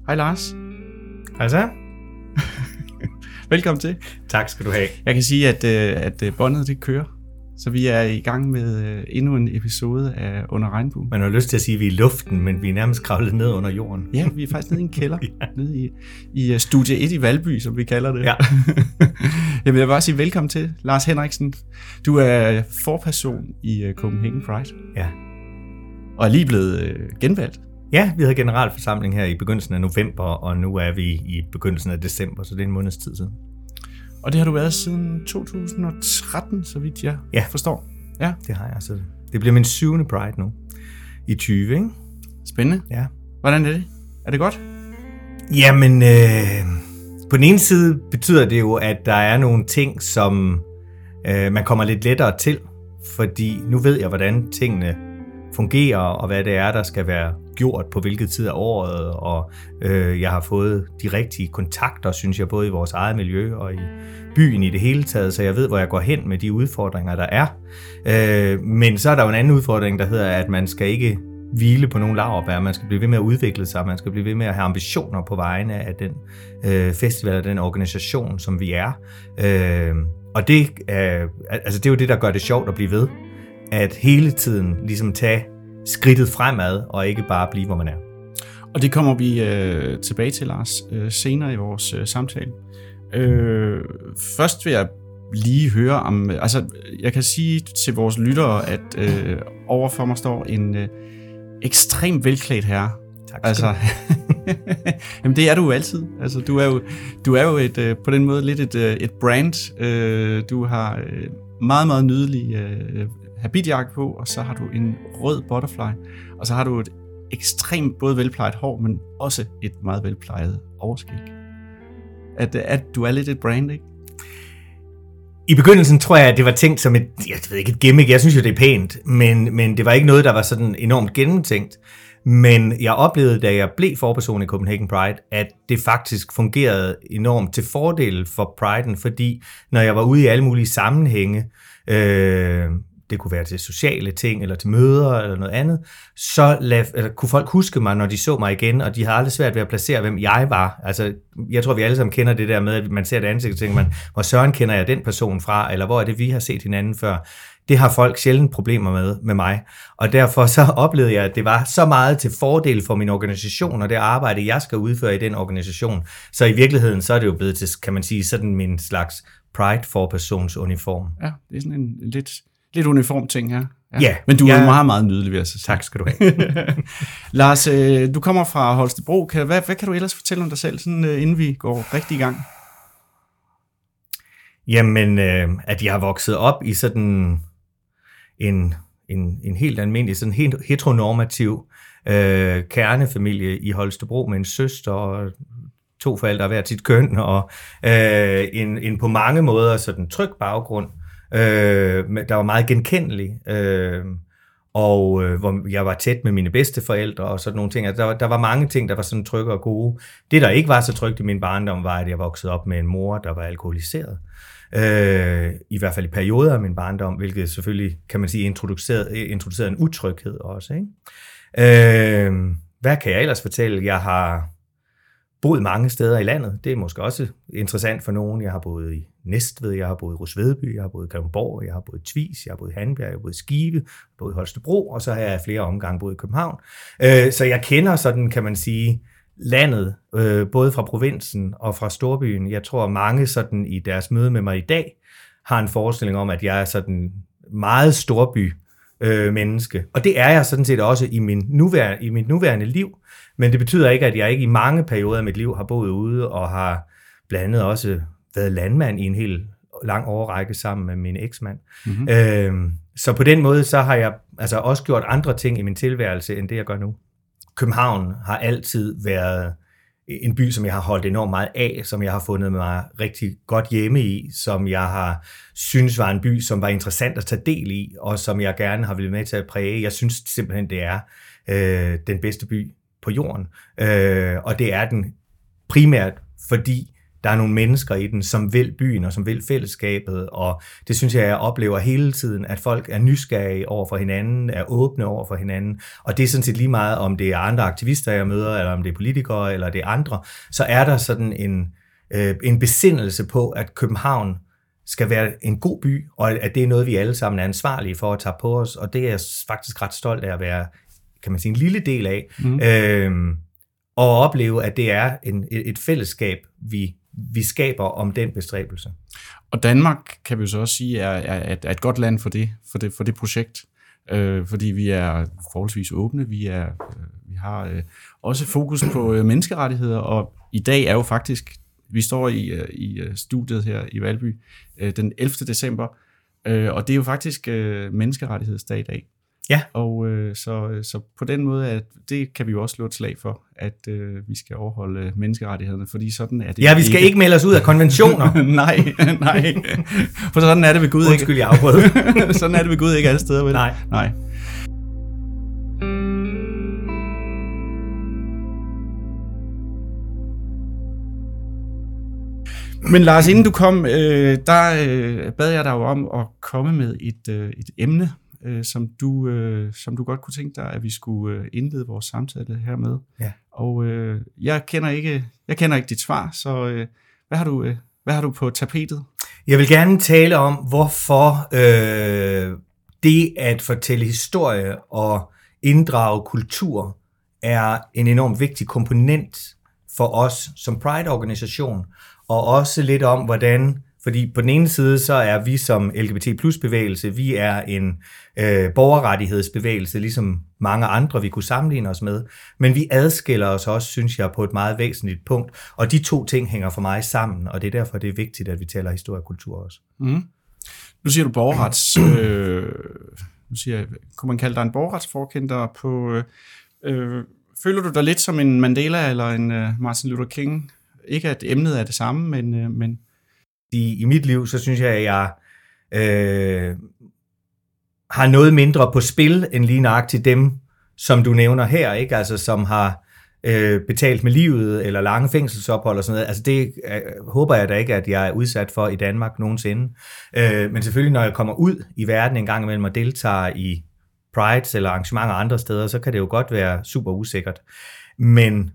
Hej Lars. Hej så. Velkommen til. Tak skal du have. Jeg kan sige, at båndet det kører, så vi er i gang med endnu en episode af Under Regnbuen. Man har lyst til at sige, at vi er i luften, men vi er nærmest kravlet ned under jorden. Ja, vi er faktisk nede i en kælder, nede i Studie 1 i Valby, som vi kalder det. Ja. Jeg vil bare sige velkommen til, Lars Henriksen. Du er forperson i Copenhagen Pride. Ja. Og er lige blevet genvalgt. Ja, vi havde generalforsamling her i begyndelsen af november, og nu er vi i begyndelsen af december, så det er en måneds tid siden. Og det har du været siden 2013, så vidt jeg forstår. Ja, det har jeg. Så det bliver min 7. Pride nu, i 20, ikke? Spændende. Ja. Hvordan er det? Er det godt? Jamen, på den ene side betyder det jo, at der er nogle ting, som man kommer lidt lettere til, fordi nu ved jeg, hvordan tingene fungerer, og hvad det er, der skal være gjort på hvilket tid af året, og jeg har fået de rigtige kontakter, synes jeg, både i vores eget miljø og i byen i det hele taget, så jeg ved, hvor jeg går hen med de udfordringer, der er. Men så er der jo en anden udfordring, der hedder, at man skal ikke hvile på nogle laurbær, man skal blive ved med at udvikle sig, man skal blive ved med at have ambitioner på vegne af den festival og den organisation, som vi er. Og det er jo det, der gør det sjovt at blive ved, at hele tiden ligesom tage skridtet fremad, og ikke bare blive, hvor man er. Og det kommer vi tilbage til, Lars, senere i vores samtale. Først vil jeg lige høre om, jeg kan sige til vores lyttere, at overfor mig står en ekstremt velklædt herre. Tak skal du. Jamen det er du jo altid. Altså du er jo på den måde lidt et brand. Du har meget, meget nydelig habitjakke på, og så har du en rød butterfly, og så har du et ekstremt både velplejet hår, men også et meget velplejet overskæg. At du er lidt et brand, ikke? I begyndelsen tror jeg, at det var tænkt som et gimmick. Jeg synes jo, det er pænt, men det var ikke noget, der var sådan enormt gennemtænkt. Men jeg oplevede, da jeg blev forperson i Copenhagen Pride, at det faktisk fungerede enormt til fordel for Pride'en, fordi når jeg var ude i alle mulige sammenhænge, det kunne være til sociale ting, eller til møder, eller noget andet, så kunne folk huske mig, når de så mig igen, og de har aldrig svært ved at placere, hvem jeg var. Altså, jeg tror, vi alle sammen kender det der med, at man ser et ansigt, og tænker man, hvor søren kender jeg den person fra, eller hvor er det, vi har set hinanden før. Det har folk sjældent problemer med mig, og derfor så oplevede jeg, at det var så meget til fordel for min organisation, og det arbejde, jeg skal udføre i den organisation. Så i virkeligheden, så er det jo blevet til, kan man sige, sådan min slags Pride-forpersons uniform. Ja, det er sådan en lidt uniform ting her. Ja. Men du er meget, meget nydelig ved at sige. Tak skal du have. Lars, du kommer fra Holstebro. Hvad kan du ellers fortælle om dig selv, sådan, inden vi går rigtig i gang? Jamen, at jeg har vokset op i sådan en helt almindelig, sådan helt heteronormativ kernefamilie i Holstebro med en søster og 2 forældre af hver sit køn, og en på mange måder sådan tryg baggrund, der var meget genkendelig, og hvor jeg var tæt med mine bedsteforældre og sådan nogle ting. Altså, der var mange ting, der var sådan trygge og gode. Det, der ikke var så trygt i min barndom, var, at jeg voksede op med en mor, der var alkoholiseret. I hvert fald i perioder af min barndom, hvilket selvfølgelig, kan man sige, introducerede en utryghed også. Ikke? Hvad kan jeg ellers fortælle? Jeg har boet mange steder i landet. Det er måske også interessant for nogen. Jeg har boet i Næstved, jeg har boet i Rysvedby, jeg har boet i Kalundborg, jeg har boet i Tvis, jeg har boet i Handbjerg, jeg har boet i Skive, jeg har boet i Holstebro, og så har jeg flere omgange boet i København. Så jeg kender sådan, kan man sige, landet, både fra provinsen og fra storbyen. Jeg tror, mange sådan i deres møde med mig i dag har en forestilling om, at jeg er sådan meget storby menneske. Og det er jeg sådan set også i mit nuværende liv. Men det betyder ikke, at jeg ikke i mange perioder af mit liv har boet ude og har blandt andet også været landmand i en helt lang årrække sammen med min eksmand. Mm-hmm. Så på den måde, så har jeg altså også gjort andre ting i min tilværelse, end det jeg gør nu. København har altid været en by, som jeg har holdt enormt meget af, som jeg har fundet mig rigtig godt hjemme i, som jeg har synes var en by, som var interessant at tage del i, og som jeg gerne har ville med til at præge. Jeg synes simpelthen, det er den bedste by på jorden, og det er den primært, fordi der er nogle mennesker i den, som vil byen og som vil fællesskabet, og det synes jeg oplever hele tiden, at folk er nysgerrige over for hinanden, er åbne over for hinanden, og det er sådan set lige meget, om det er andre aktivister, jeg møder, eller om det er politikere, eller det er andre, så er der sådan en besindelse på, at København skal være en god by, og at det er noget, vi alle sammen er ansvarlige for at tage på os, og det er jeg faktisk ret stolt af at være, kan man sige, en lille del af, og opleve, at det er et fællesskab, vi skaber om den bestræbelse. Og Danmark, kan vi jo så også sige, er et godt land for det projekt, fordi vi er forholdsvis åbne, vi har også fokus på menneskerettigheder, og i dag er jo faktisk, vi står i studiet her i Valby den 11. december, og det er jo faktisk menneskerettighedsdag i dag. Ja. Og så på den måde, at det kan vi jo også slå et slag for, at vi skal overholde menneskerettighederne, fordi sådan er det. Ja, vi skal ikke melde os ud af konventioner. nej. For sådan er det ved Gud ikke. Undskyld, jeg afbrød. Sådan er det ved Gud ikke alle steder, vel? Nej. Men Lars, inden du kom, der bad jeg dig jo om at komme med et emne, som du godt kunne tænke dig, at vi skulle indlede vores samtale her med. Ja. Og jeg kender ikke dit svar, så hvad har du på tapetet? Jeg vil gerne tale om, hvorfor det at fortælle historie og inddrage kultur er en enormt vigtig komponent for os som Pride-organisation, og også lidt om, hvordan, fordi på den ene side, så er vi som LGBT+-bevægelse, vi er en borgerrettighedsbevægelse, ligesom mange andre, vi kunne sammenligne os med, men vi adskiller os også, synes jeg, på et meget væsentligt punkt, og de to ting hænger for mig sammen, og det er derfor, det er vigtigt, at vi taler historie og kultur også. Nu siger du borgerrets, kunne man kalde dig en borgerretsforkæmper på, føler du dig lidt som en Mandela eller en Martin Luther King? Ikke at emnet er det samme, men i mit liv, så synes jeg, at jeg har noget mindre på spil end lige nøjagtigt dem, som du nævner her, ikke? Altså som har betalt med livet eller lange fængselsophold og sådan noget. Altså det håber jeg da ikke, at jeg er udsat for i Danmark nogensinde. Men selvfølgelig, når jeg kommer ud i verden en gang imellem og deltager i Prides eller arrangementer andre steder, så kan det jo godt være super usikkert. Men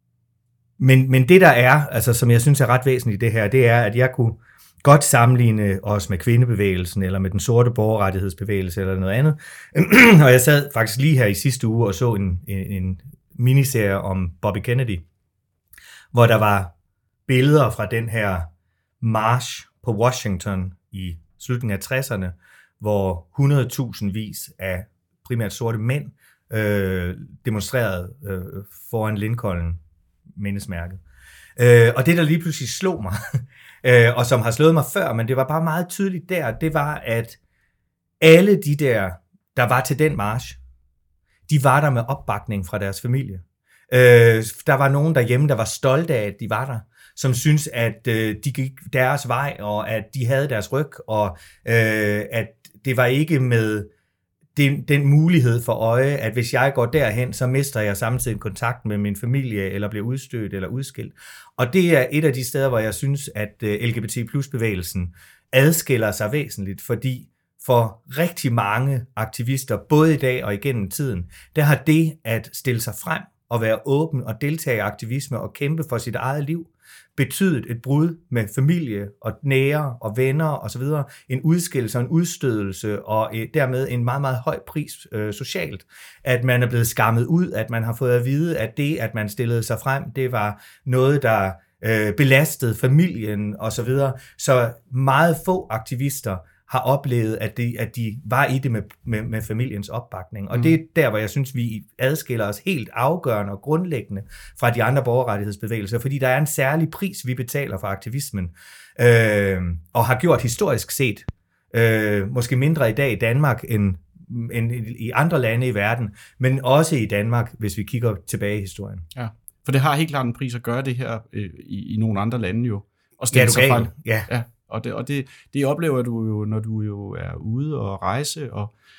det der er, altså som jeg synes er ret væsentligt i det her, det er, at jeg kunne godt sammenligne os med kvindebevægelsen, eller med den sorte borgerrettighedsbevægelse, eller noget andet. Og jeg sad faktisk lige her i sidste uge og så en miniserie om Bobby Kennedy, hvor der var billeder fra den her march på Washington i slutningen af 60'erne, hvor 100.000 vis af primært sorte mænd demonstrerede foran Lincoln mindesmærket. Og det, der lige pludselig slog mig, og som har slået mig før, men det var bare meget tydeligt det var, at alle de der var til den march, de var der med opbakning fra deres familie. Der var nogen derhjemme, der var stolte af, at de var der, som synes at de gik deres vej, og at de havde deres ryg, og at det var ikke med den mulighed for øje, at hvis jeg går derhen, så mister jeg samtidig kontakt med min familie, eller bliver udstødt eller udskilt. Og det er et af de steder, hvor jeg synes, at LGBT+-bevægelsen adskiller sig væsentligt, fordi for rigtig mange aktivister, både i dag og igennem tiden, der har det at stille sig frem og være åben og deltage i aktivisme og kæmpe for sit eget liv, betydet et brud med familie og nære og venner osv., en udskillelse og en udstødelse, og dermed en meget, meget høj pris socialt, at man er blevet skammet ud, at man har fået at vide, at det, at man stillede sig frem, det var noget, der belastede familien osv., så meget få aktivister har oplevet, at de var i det med familiens opbakning. Og det er der, hvor jeg synes, vi adskiller os helt afgørende og grundlæggende fra de andre borgerrettighedsbevægelser, fordi der er en særlig pris, vi betaler for aktivismen, og har gjort historisk set, måske mindre i dag i Danmark end i andre lande i verden, men også i Danmark, hvis vi kigger tilbage i historien. Ja, for det har helt klart en pris at gøre det her i nogle andre lande jo. Og stille sig frem. Ja. Og det oplever du jo, når du jo er ude og rejse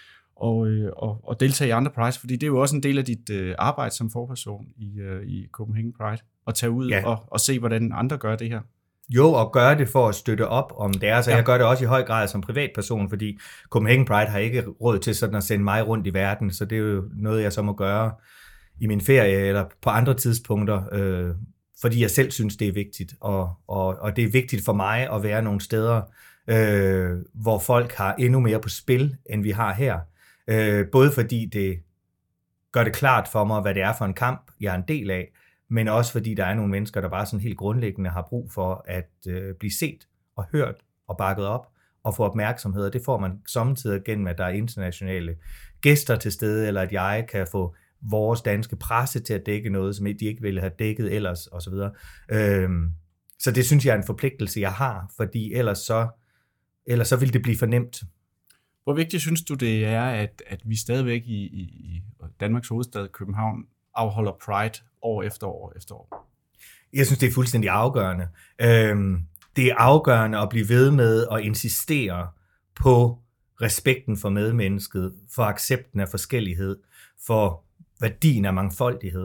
og deltage i andre Prides, fordi det er jo også en del af dit arbejde som forperson i Copenhagen Pride, at tage ud og se, hvordan andre gør det her. Jo, og gøre det for at støtte op om det er. Så jeg gør det også i høj grad som privatperson, fordi Copenhagen Pride har ikke råd til sådan at sende mig rundt i verden, så det er jo noget, jeg så må gøre i min ferie eller på andre tidspunkter, fordi jeg selv synes, det er vigtigt. Og det er vigtigt for mig at være nogle steder, hvor folk har endnu mere på spil, end vi har her. Både fordi det gør det klart for mig, hvad det er for en kamp, jeg er en del af, men også fordi der er nogle mennesker, der bare sådan helt grundlæggende har brug for at blive set og hørt og bakket op og få opmærksomhed. Og det får man samtidig gennem, at der er internationale gæster til stede, eller at jeg kan få vores danske presse til at dække noget, som de ikke ville have dækket ellers, osv. Så det synes jeg er en forpligtelse, jeg har, fordi ellers så vil det blive for nemt. Hvor vigtigt synes du, det er, at vi stadigvæk i Danmarks hovedstad, København, afholder Pride år efter år efter år? Jeg synes, det er fuldstændig afgørende. Det er afgørende at blive ved med at insistere på respekten for medmennesket, for accepten af forskellighed, for værdien af mangfoldighed.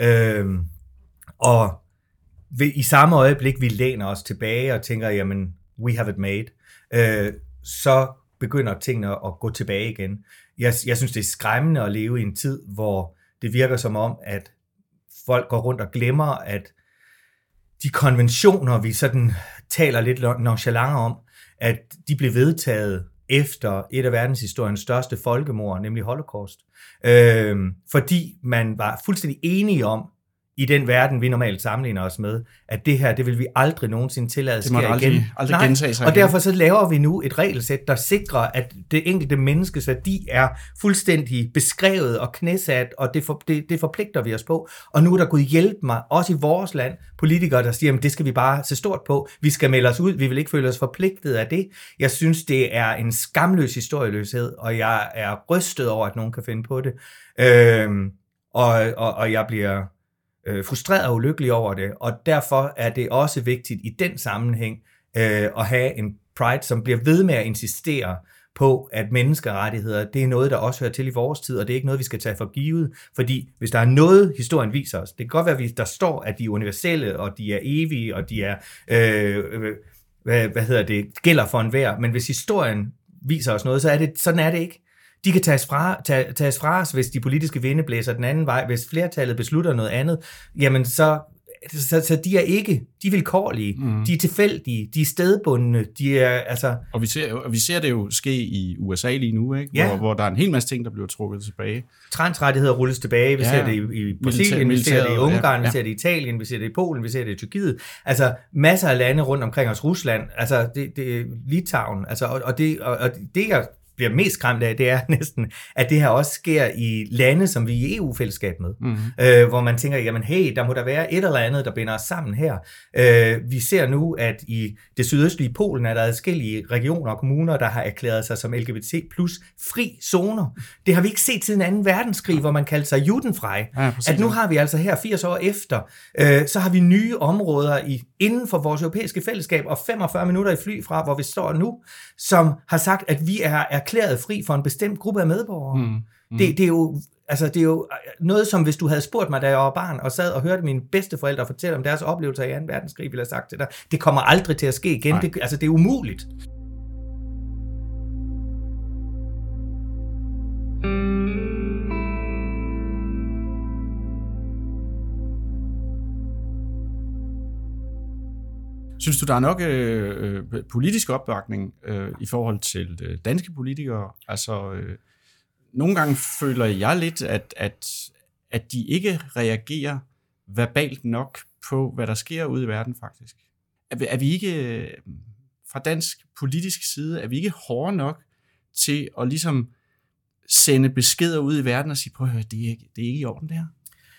Og i samme øjeblik, vi læner os tilbage og tænker, jamen, we have it made, så begynder tingene at gå tilbage igen. Jeg synes, det er skræmmende at leve i en tid, hvor det virker som om, at folk går rundt og glemmer, at de konventioner, vi sådan taler lidt nonchalant om, at de blev vedtaget efter et af verdenshistoriens største folkemord, nemlig Holocaust. Fordi man var fuldstændig enige om, i den verden, vi normalt sammenligner os med, at det her, det vil vi aldrig nogensinde tillade sker igen. Det må aldrig gentage sig og igen. Derfor så laver vi nu et regelsæt, der sikrer, at det enkelte menneskes værdi er fuldstændig beskrevet og knæsat, og det forpligter vi os på. Og nu er der gået hjælpe mig, også i vores land, politikere, der siger, at det skal vi bare se stort på. Vi skal melde os ud, vi vil ikke føle os forpligtet af det. Jeg synes, det er en skamløs historieløshed, og jeg er rystet over, at nogen kan finde på det. Og jeg bliver frustreret og ulykkelig over det, og derfor er det også vigtigt i den sammenhæng at have en Pride, som bliver ved med at insistere på, at menneskerettigheder, det er noget, der også hører til i vores tid, og det er ikke noget, vi skal tage for givet, fordi hvis der er noget, historien viser os, det kan godt være, at der står, at de er universelle, og de er evige, og de er, gælder for enhver, men hvis historien viser os noget, så er det, sådan er det ikke. De kan tages fra os, hvis de politiske vinde blæser den anden vej. Hvis flertallet beslutter noget andet, jamen så de er ikke, de er vilkårlige, de er tilfældige, de er stedbundne, de er altså... Og vi ser det jo ske i USA lige nu, ikke? Ja. Hvor der er en hel masse ting, der bliver trukket tilbage. Transrettigheder rulles tilbage, vi ser det i Brasilien, vi ser det i Ungarn, vi ser det i Italien, vi ser det i Polen, vi ser det i Tyrkiet. Altså masser af lande rundt omkring os, Rusland, altså det Litauen, altså og det jeg bliver mest skræmt af, det er næsten, at det her også sker i lande, som vi er i EU-fællesskab med. Hvor man tænker, jamen hey, der må der være et eller andet, der binder os sammen her. Vi ser nu, at i det sydøstlige Polen er der adskillige regioner og kommuner, der har erklæret sig som LGBT plus fri zoner. Det har vi ikke set siden 2. verdenskrig, hvor man kaldte sig Judenfrei. Ja, at nu har vi altså her 80 år efter, så har vi nye områder inden for vores europæiske fællesskab, og 45 minutter i fly fra, hvor vi står nu, som har sagt, at vi er erklæret fri for en bestemt gruppe af medborgere. Det er jo noget, som hvis du havde spurgt mig, da jeg var barn, og sad og hørte mine bedsteforældre fortælle om deres oplevelser i 2. verdenskrig, ville jeg have sagt til dig, det kommer aldrig til at ske igen. Det er umuligt. Synes du, der er nok politisk opbakning i forhold til danske politikere? Altså, nogle gange føler jeg lidt, at de ikke reagerer verbalt nok på, hvad der sker ude i verden faktisk. Er vi ikke, fra dansk politisk side, er vi ikke hårde nok til at ligesom sende beskeder ud i verden og sige, prøv at høre, det er ikke i orden det her?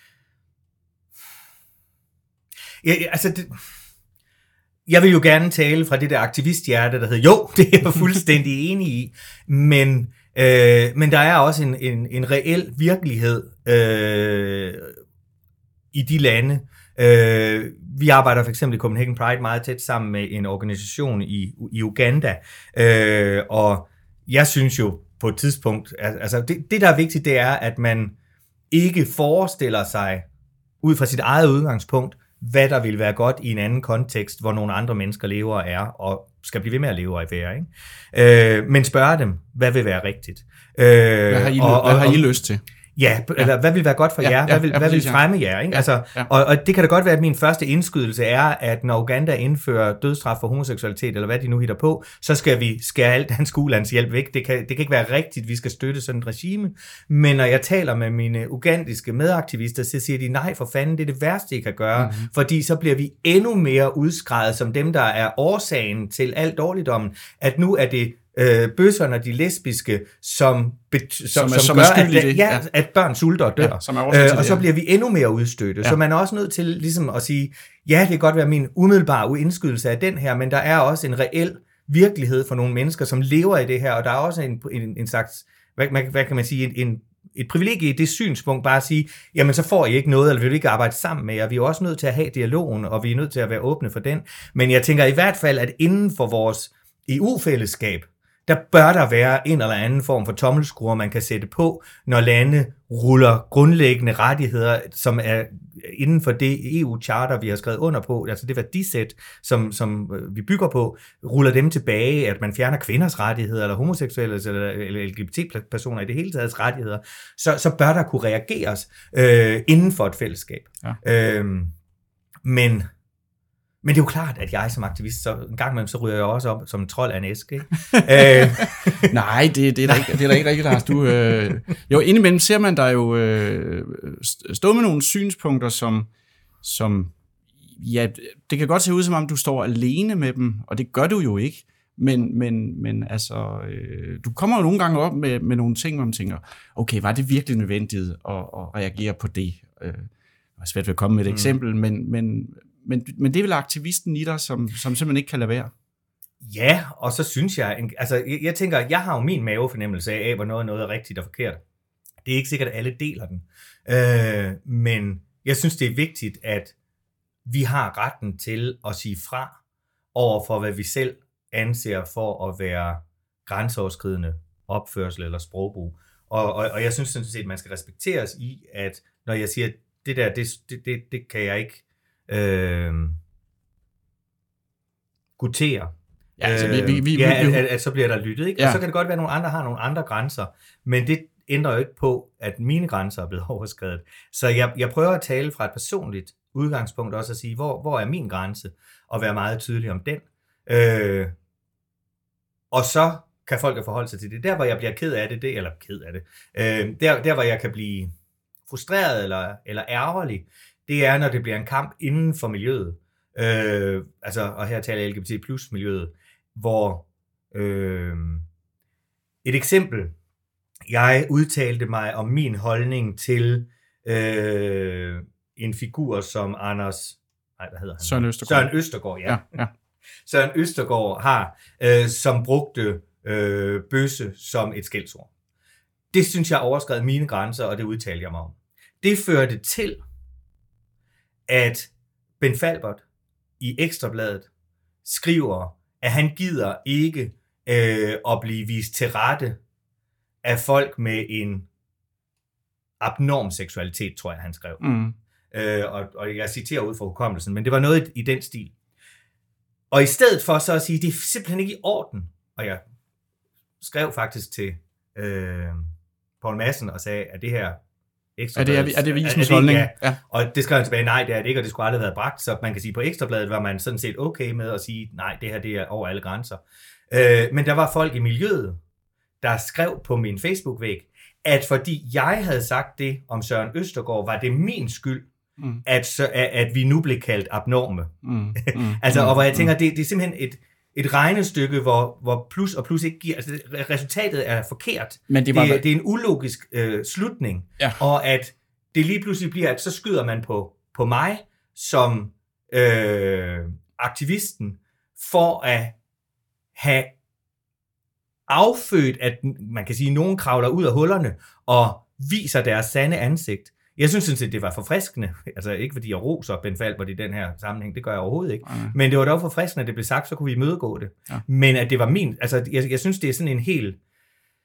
Ja, altså... Jeg vil jo gerne tale fra det der aktivisthjerte, der hedder, jo, det er jeg fuldstændig enig i, men der er også en reel virkelighed i de lande. Vi arbejder for eksempel i Copenhagen Pride meget tæt sammen med en organisation i Uganda, og jeg synes jo på et tidspunkt, altså det der er vigtigt, det er, at man ikke forestiller sig, ud fra sit eget udgangspunkt, hvad der vil være godt i en anden kontekst, hvor nogle andre mennesker lever og er, og skal blive ved med at leve og være. Ikke? Men spørge dem, hvad vil være rigtigt? Hvad har I lyst til? Ja, eller hvad vil være godt for jer? Hvad vil fremme jer? Ikke? Altså, og det kan da godt være, at min første indskydelse er, at når Uganda indfører dødsstraf for homoseksualitet, eller hvad de nu hitter på, så skal vi skære alt dansk ulandshjælp væk. Det kan ikke være rigtigt, vi skal støtte sådan et regime. Men når jeg taler med mine ugandiske medaktivister, så siger de, nej for fanden, det er det værste, I kan gøre, fordi så bliver vi endnu mere udskreget som dem, der er årsagen til al dårligdommen, at nu er det bøsserne og de lesbiske, som gør, at børn sulter og dør. Og så bliver vi endnu mere udstødte. Så man er også nødt til ligesom at sige, ja, det kan godt være min umiddelbare indskydelse af den her, men der er også en reel virkelighed for nogle mennesker, som lever i det her, og der er også en slags, hvad kan man sige, et privilegie i det synspunkt, bare at sige, jamen så får I ikke noget, eller vil I ikke arbejde sammen med jer. Vi er også nødt til at have dialogen, og vi er nødt til at være åbne for den. Men jeg tænker i hvert fald, at inden for vores EU-fællesskab, der bør der være en eller anden form for tommelskruer, man kan sætte på, når lande ruller grundlæggende rettigheder, som er inden for det EU-charter, vi har skrevet under på, altså det værdisæt, som vi bygger på, ruller dem tilbage, at man fjerner kvinders rettigheder, eller homoseksuelle, eller LGBT-personer i det hele taget rettigheder, så bør der kunne reageres inden for et fællesskab. Ja. Men det er jo klart, at jeg som aktivist, så en gang imellem, så ryger jeg også op som en trold af en æske. Nej, det er da ikke rigtigt, Lars. Jo, indimellem ser man der jo stå med nogle synspunkter, som ja, det kan godt se ud, som om du står alene med dem, og det gør du jo ikke. Men altså, du kommer jo nogle gange op med nogle ting, hvor man tænker, okay, var det virkelig nødvendigt at reagere på det? Det er svært ved at komme med et eksempel, men det er vel aktivisten i dig, som simpelthen ikke kan lade være? Ja, og så synes jeg tænker, jeg har jo min mavefornemmelse af, hvornår noget er rigtigt og forkert. Det er ikke sikkert, at alle deler den. Men jeg synes, det er vigtigt, at vi har retten til at sige fra over for, hvad vi selv anser for at være grænseoverskridende opførsel eller sprogbrug. Og jeg synes sådan set, at man skal respekteres i, at når jeg siger, det der, det kan jeg ikke gutere. Ja, altså at så bliver der lyttet, ikke? Ja. Og så kan det godt være, at nogle andre har nogle andre grænser, men det ændrer jo ikke på, at mine grænser er blevet overskredet. Så jeg prøver at tale fra et personligt udgangspunkt også at sige, hvor er min grænse, og være meget tydelig om den. Og så kan folk forholde sig til det. Der, hvor jeg bliver ked af det, der, hvor jeg kan blive frustreret eller ærgerlig, det er, når det bliver en kamp inden for miljøet. Og her taler jeg LGBT plus miljøet, hvor et eksempel, jeg udtalte mig om min holdning til en figur som Søren Østergaard, ja. Søren Østergaard har, som brugte bøsse som et skældsord. Det synes jeg overskred mine grænser, og det udtalte jeg mig om. Det førte til, at Ben Falbert i Ekstrabladet skriver, at han gider ikke at blive vist til rette af folk med en abnorm seksualitet, tror jeg, han skrev. Og jeg citerer ud fra hukommelsen, men det var noget i den stil. Og i stedet for så at sige, det er simpelthen ikke i orden, og jeg skrev faktisk til Poul Madsen og sagde, at det her er det avisens holdning? Ja. Og det skrev han tilbage, nej, det er det ikke, og det skulle aldrig have været bragt. Så man kan sige, på Ekstrabladet var man sådan set okay med at sige, nej, det her det er over alle grænser. Men der var folk i miljøet, der skrev på min Facebook-væg, at fordi jeg havde sagt det om Søren Østergaard, var det min skyld, at vi nu blev kaldt abnorme. Og hvor jeg tænker, det er simpelthen et regnestykke, hvor plus og plus ikke giver, altså resultatet er forkert. Men det er en ulogisk slutning, og at det lige pludselig bliver, at så skyder man på mig som aktivisten for at have affødt, at man kan sige, at nogen kravler ud af hullerne og viser deres sande ansigt. Jeg synes sådan set, det var forfriskende. Altså ikke fordi jeg roser Ben Falbert i den her sammenhæng, det gør jeg overhovedet ikke. Men det var dog forfriskende, at det blev sagt, så kunne vi imødegå det. Ja. Men at det var min, altså jeg synes, det er sådan en helt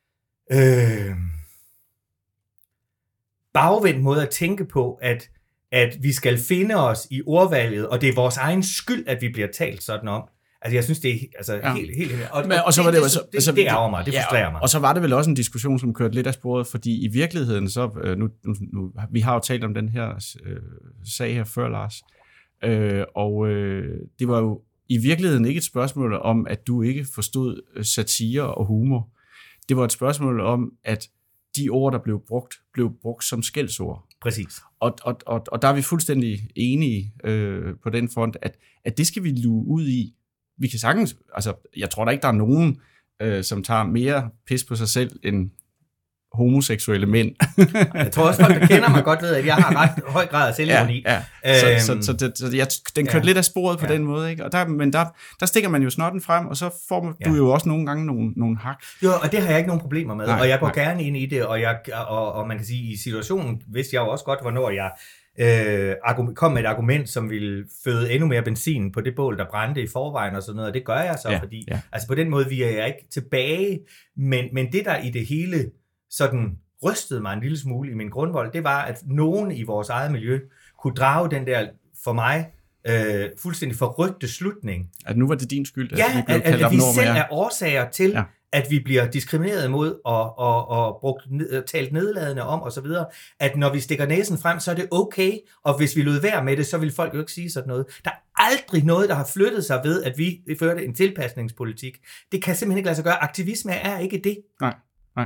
bagvendt måde at tænke på, at vi skal finde os i ordvalget, og det er vores egen skyld, at vi bliver talt sådan om. Altså, jeg synes, det er helt og så var det ærger mig, det frustrerer mig. Og så var det vel også en diskussion, som kørte lidt af sporet, fordi i virkeligheden, så nu vi har jo talt om den her sag her før, Lars, og det var jo i virkeligheden ikke et spørgsmål om, at du ikke forstod satire og humor. Det var et spørgsmål om, at de ord, der blev brugt som skældsord. Præcis. Og der er vi fuldstændig enige på den front, at det skal vi luge ud i. Vi kan sagtens, altså jeg tror da ikke, der er nogen, som tager mere pis på sig selv end homoseksuelle mænd. Jeg tror også, folk, der kender mig godt, ved, at jeg har ret høj grad af selvironi. Ja. Så den kørte lidt af sporet på den måde, ikke? Og der stikker man jo snotten frem, og så får du jo også nogle gange nogle hak. Jo, og det har jeg ikke nogen problemer med, og jeg går gerne ind i det, og man kan sige, i situationen vidste jeg jo også godt, hvornår jeg kom med et argument, som ville føde endnu mere benzin på det bål, der brændte i forvejen og sådan noget, og det gør jeg så, fordi altså på den måde vi er jeg ikke tilbage, men det der i det hele sådan rystede mig en lille smule i min grundvold, det var, at nogen i vores eget miljø kunne drage den der, for mig, fuldstændig forrygte slutning. At nu var det din skyld, at vi selv er årsager til, at vi bliver diskrimineret imod og talt nedladende om osv., at når vi stikker næsen frem, så er det okay, og hvis vi lod være med det, så vil folk jo ikke sige sådan noget. Der er aldrig noget, der har flyttet sig ved, at vi førte en tilpasningspolitik. Det kan simpelthen ikke lade sig gøre. Aktivisme er ikke det. Nej.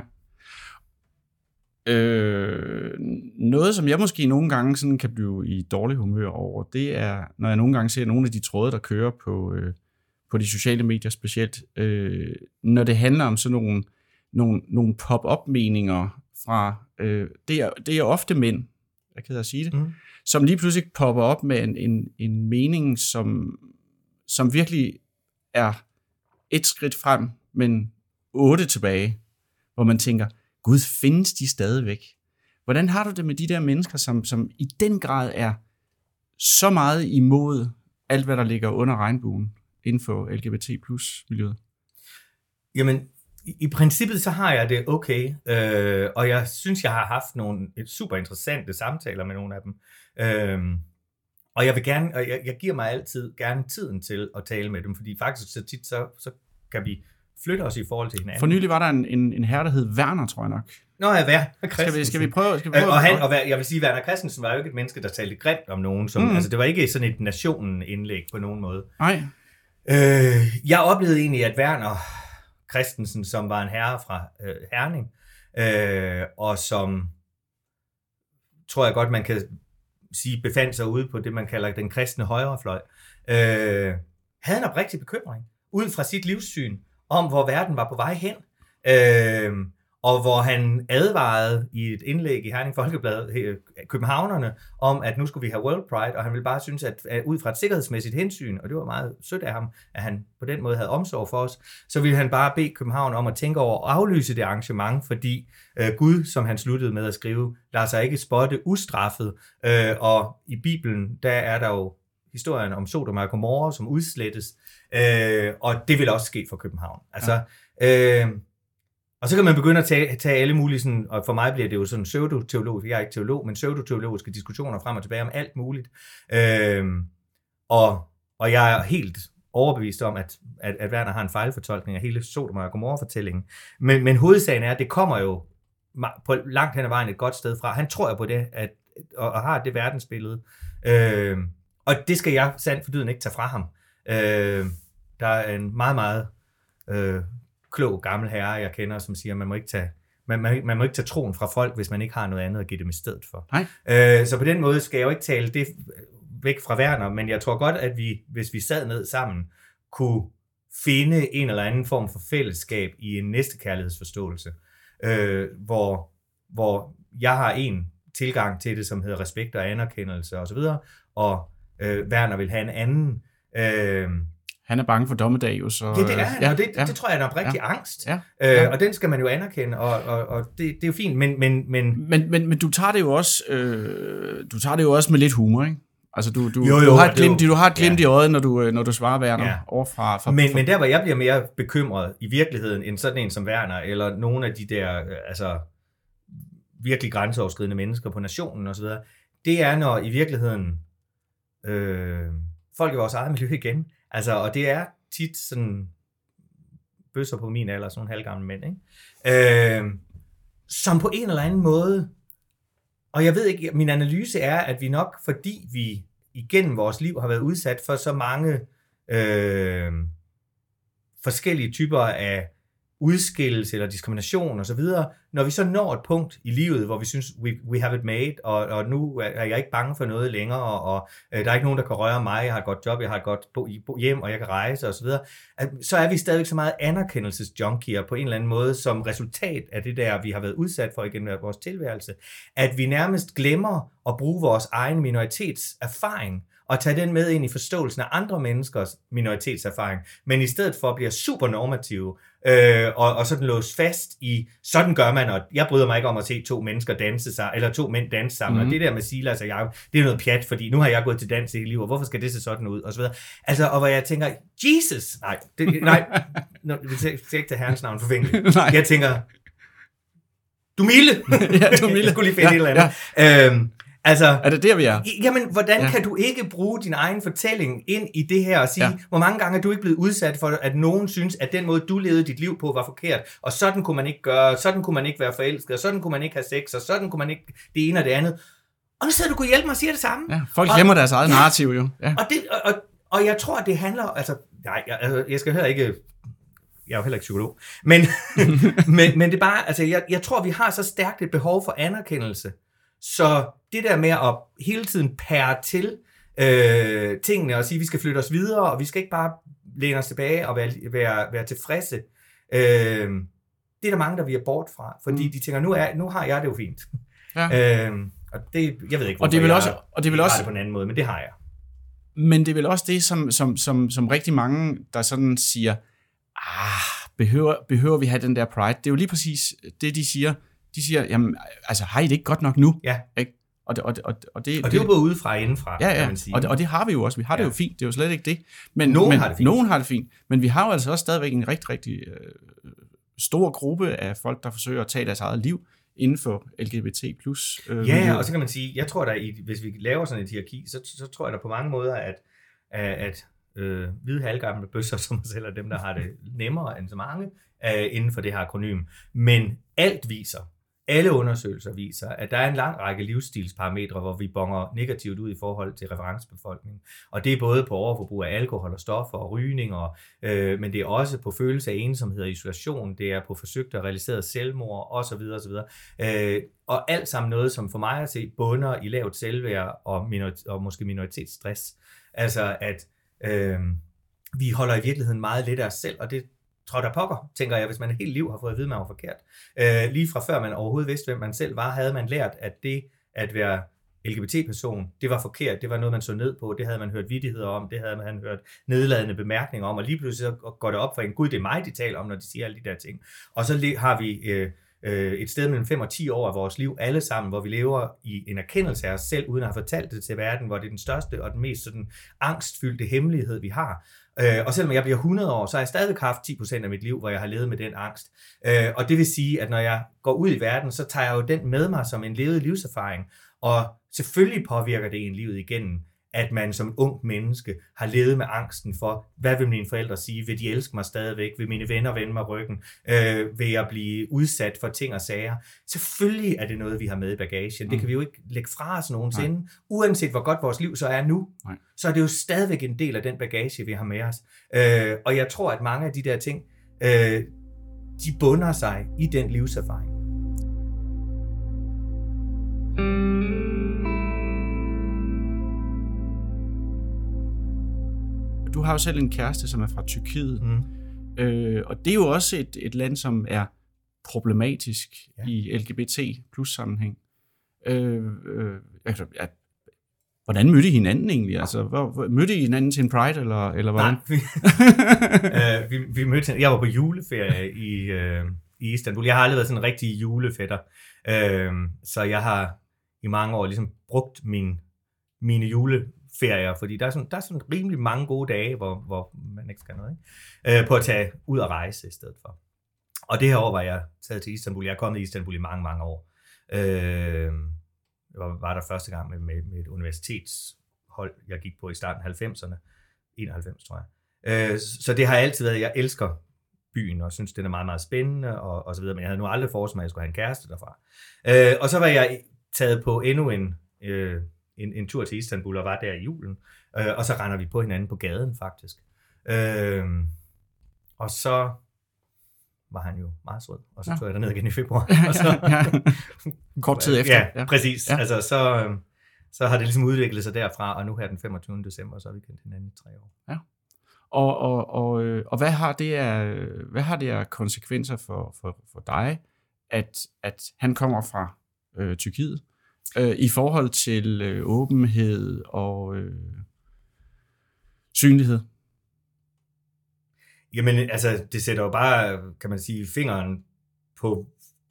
Noget, som jeg måske nogle gange sådan kan blive i dårlig humør over, det er, når jeg nogle gange ser nogle af de tråde, der kører på de sociale medier specielt, når det handler om sådan nogle pop-up-meninger fra, det er ofte mænd, jeg er ked af at sige det, som lige pludselig popper op med en mening, som virkelig er et skridt frem, men 8 tilbage, hvor man tænker, Gud, findes de stadigvæk? Hvordan har du det med de der mennesker, som i den grad er så meget imod alt, hvad der ligger under regnbuen inden for LGBT+-miljøet? Jamen, i princippet så har jeg det okay, og jeg synes, jeg har haft nogle super interessante samtaler med nogle af dem. Og jeg vil gerne, og jeg giver mig altid gerne tiden til at tale med dem, fordi faktisk så tit, så kan vi flytte os i forhold til hinanden. For nylig var der en herre, der hed Werner, tror jeg nok. Nå ja, Werner Christensen. Skal vi prøve? Jeg vil sige, Werner Christensen var jo ikke et menneske, der talte grimt om nogen. Altså, det var ikke sådan et nationen-indlæg på nogen måde. Nej. Jeg oplevede egentlig, at Werner Christensen, som var en herre fra Herning, og som, tror jeg godt, man kan sige, befandt sig ude på det, man kalder den kristne højrefløj, havde en oprigtig bekymring, ud fra sit livssyn, om hvor verden var på vej hen, og hvor han advarede i et indlæg i Herning Folkeblad københavnerne om, at nu skulle vi have World Pride, og han ville bare synes, at ud fra et sikkerhedsmæssigt hensyn, og det var meget sødt af ham, at han på den måde havde omsorg for os, så ville han bare bede København om at tænke over at aflyse det arrangement, fordi Gud, som han sluttede med at skrive, lader sig ikke spotte ustraffet, og i Bibelen, der er der jo historien om Sodom og Gomorra, som udslettes, og det vil også ske for København. Altså, og så kan man begynde at tage alle mulige, sådan, og for mig bliver det jo sådan pseudoteologisk, jeg er ikke teolog, men pseudoteologiske diskussioner frem og tilbage om alt muligt. Og jeg er helt overbevist om, at Werner har en fejlfortolkning af hele Sodom og Gomorra-fortællingen. Men hovedsagen er, at det kommer jo på langt hen ad vejen et godt sted fra. Han tror jo på det, og har det verdensbillede. Og det skal jeg sandt for dyden ikke tage fra ham. Der er en meget, meget klog gammel herre, jeg kender, som siger, at man må ikke tage troen fra folk, hvis man ikke har noget andet at give dem i stedet for. Så på den måde skal jeg jo ikke tale det væk fra Werner, men jeg tror godt, at vi, hvis vi sad ned sammen, kunne finde en eller anden form for fællesskab i en næstekærlighedsforståelse, hvor jeg har en tilgang til det, som hedder respekt og anerkendelse osv., og Werner vil have en anden. Han er bange for dommedag jo, så... Det er han, og det tror jeg er en oprigtig angst. Og den skal man jo anerkende, og det er jo fint, men du tager det jo også, også med lidt humor, ikke? Altså du har et glimt i øjet, når du svarer Werner overfra. Men der, hvor jeg bliver mere bekymret i virkeligheden, end sådan en som Werner, eller nogle af de der virkelig grænseoverskridende mennesker på nationen osv., det er, når i virkeligheden folk i vores eget miljø igen, altså, og det er tit sådan bøsser på min alder, sådan nogle halvgamle mænd, ikke? Som på en eller anden måde, og jeg ved ikke, min analyse er, at vi nok, fordi vi igennem vores liv har været udsat for så mange forskellige typer af udskillelse eller diskrimination osv., når vi så når et punkt i livet, hvor vi synes, we have it made, og nu er jeg ikke bange for noget længere, og der er ikke nogen, der kan røre mig, jeg har et godt job, jeg har et godt hjem, og jeg kan rejse osv., så er vi stadigvæk så meget anerkendelsesjunkier på en eller anden måde, som resultat af det der, vi har været udsat for igennem vores tilværelse, at vi nærmest glemmer at bruge vores egen minoritetserfaring, og tage den med ind i forståelsen af andre menneskers minoritetserfaring, men i stedet for bliver super normative, og sådan låst fast i, sådan gør man, og jeg bryder mig ikke om at se to mennesker danse sig, eller to mænd danse sammen, og det der med Silas og jeg, det er noget pjat, fordi nu har jeg gået til dans i hele livet, og hvorfor skal det se sådan ud, og så videre. Altså, og hvor jeg tænker, Jesus, nej, vi ser ikke til Herrens navn forfængeligt. Jeg tænker, du milde! Ja, du milde. Jeg skulle lige finde et eller andet. Altså, er det der, vi er? Jamen, hvordan kan du ikke bruge din egen fortælling ind i det her og sige, hvor mange gange er du ikke blevet udsat for, at nogen synes, at den måde, du levede dit liv på, var forkert, og sådan kunne man ikke gøre, sådan kunne man ikke være forelsket, og sådan kunne man ikke have sex, og sådan kunne man ikke det ene og det andet. Og nu sidder du kunne hjælpe mig og siger det samme. Ja, folk glemmer deres eget narrativ jo. Ja. Og jeg tror, det handler, altså, jeg skal heller ikke... Jeg er jo heller ikke psykolog. Men det er bare, altså, jeg tror, vi har så stærkt et behov for anerkendelse. Så det der med at hele tiden pære til tingene og sige, at vi skal flytte os videre, og vi skal ikke bare læne os tilbage og være tilfredse. Det er der mange, der vi er bort fra, fordi de tænker, nu har jeg det jo fint. Ja. Og det, jeg ved ikke, hvorfor jeg har det på en anden måde, men det har jeg. Men det er vel også det, som rigtig mange, der sådan siger, behøver vi have den der pride? Det er jo lige præcis det, de siger. De siger, jamen, altså, har I det ikke godt nok nu? Ja. Ikke? Og det er jo både udefra og indenfra, kan man sige. Og det har vi jo også. Vi har det jo fint. Det er jo slet ikke det. Men nogen har det fint. Men vi har jo altså også stadigvæk en rigtig, rigtig stor gruppe af folk, der forsøger at tage deres eget liv inden for LGBT+. Og så kan man sige, jeg tror, hvis vi laver sådan et hierarki, så tror jeg der på mange måder, at hvide halvgamle bøsser, som selv er dem, der har det nemmere end så mange, inden for det her akronym. Men alle undersøgelser viser, at der er en lang række livsstilsparametre, hvor vi bonger negativt ud i forhold til referencebefolkningen. Og det er både på overforbrug af alkohol og stoffer og rygning, men det er også på følelse af ensomhed og isolation, det er på forsøgt og realiseret selvmord osv. osv. Og alt sammen noget, som for mig at se bunder i lavt selvværd og måske minoritetsstress. Altså at vi holder i virkeligheden meget lidt af os selv, og det tror der pokker, tænker jeg, hvis man et helt liv har fået at vide, at man var forkert. Lige fra før man overhovedet vidste, hvem man selv var, havde man lært, at det at være LGBT-person, det var forkert, det var noget, man så ned på, det havde man hørt vittigheder om, det havde man hørt nedladende bemærkninger om, og lige pludselig så går det op for en, gud, det er mig, de taler om, når de siger alle de der ting. Og så har vi et sted mellem 5 og 10 år af vores liv, alle sammen, hvor vi lever i en erkendelse af os selv, uden at have fortalt det til verden, hvor det er den største og den mest sådan angstfyldte hemmelighed, vi har. Og selvom jeg bliver 100 år, så har jeg stadig haft 10% af mit liv, hvor jeg har levet med den angst. Og det vil sige, at når jeg går ud i verden, så tager jeg jo den med mig som en levet livserfaring. Og selvfølgelig påvirker det en livet igennem, at man som ung menneske har levet med angsten for, hvad vil mine forældre sige? Vil de elske mig stadigvæk? Vil mine venner vende mig ryggen? Vil jeg blive udsat for ting og sager? Selvfølgelig er det noget, vi har med i bagagen. Det kan vi jo ikke lægge fra os nogensinde. Nej. Uanset hvor godt vores liv så er nu, så er det jo stadigvæk en del af den bagage, vi har med os. Og jeg tror, at mange af de der ting, de bunder sig i den livserfaring. Du har jo selv en kæreste, som er fra Tyrkiet, og det er jo også et land, som er problematisk i LGBT+-sammenhæng. Hvordan mødte I hinanden egentlig? Altså, mødte I hinanden til en Pride, eller hvordan? Nej, vi mødte. Jeg var på juleferie i Istanbul. Jeg har aldrig været sådan en rigtig julefætter, så jeg har i mange år ligesom brugt mine juleferier, fordi der er sådan rimelig mange gode dage, hvor man ikke skal noget, ikke? På at tage ud og rejse i stedet for. Og det her år var jeg taget til Istanbul. Jeg er kommet i Istanbul i mange, mange år. var der første gang med et universitetshold, jeg gik på i starten af 90'erne. 91, tror jeg. Så det har altid været, jeg elsker byen, og synes, det er meget, meget spændende, og så videre, men jeg havde nu aldrig forestillet mig, at jeg skulle have en kæreste derfra. Og så var jeg taget på endnu en tur til Istanbul, og var der i julen, og så render vi på hinanden på gaden, faktisk. Og så var han jo meget sød, og så tog jeg derned igen i februar. Og så, kort tid efter. Ja, præcis. Ja. Altså, så har det ligesom udviklet sig derfra, og nu her den 25. december, så har vi kendt hinanden i 3 år. Ja. Og hvad har det af konsekvenser for dig, at han kommer fra Tyrkiet, i forhold til åbenhed og synlighed? Jamen, altså, det sætter jo bare, kan man sige, fingeren på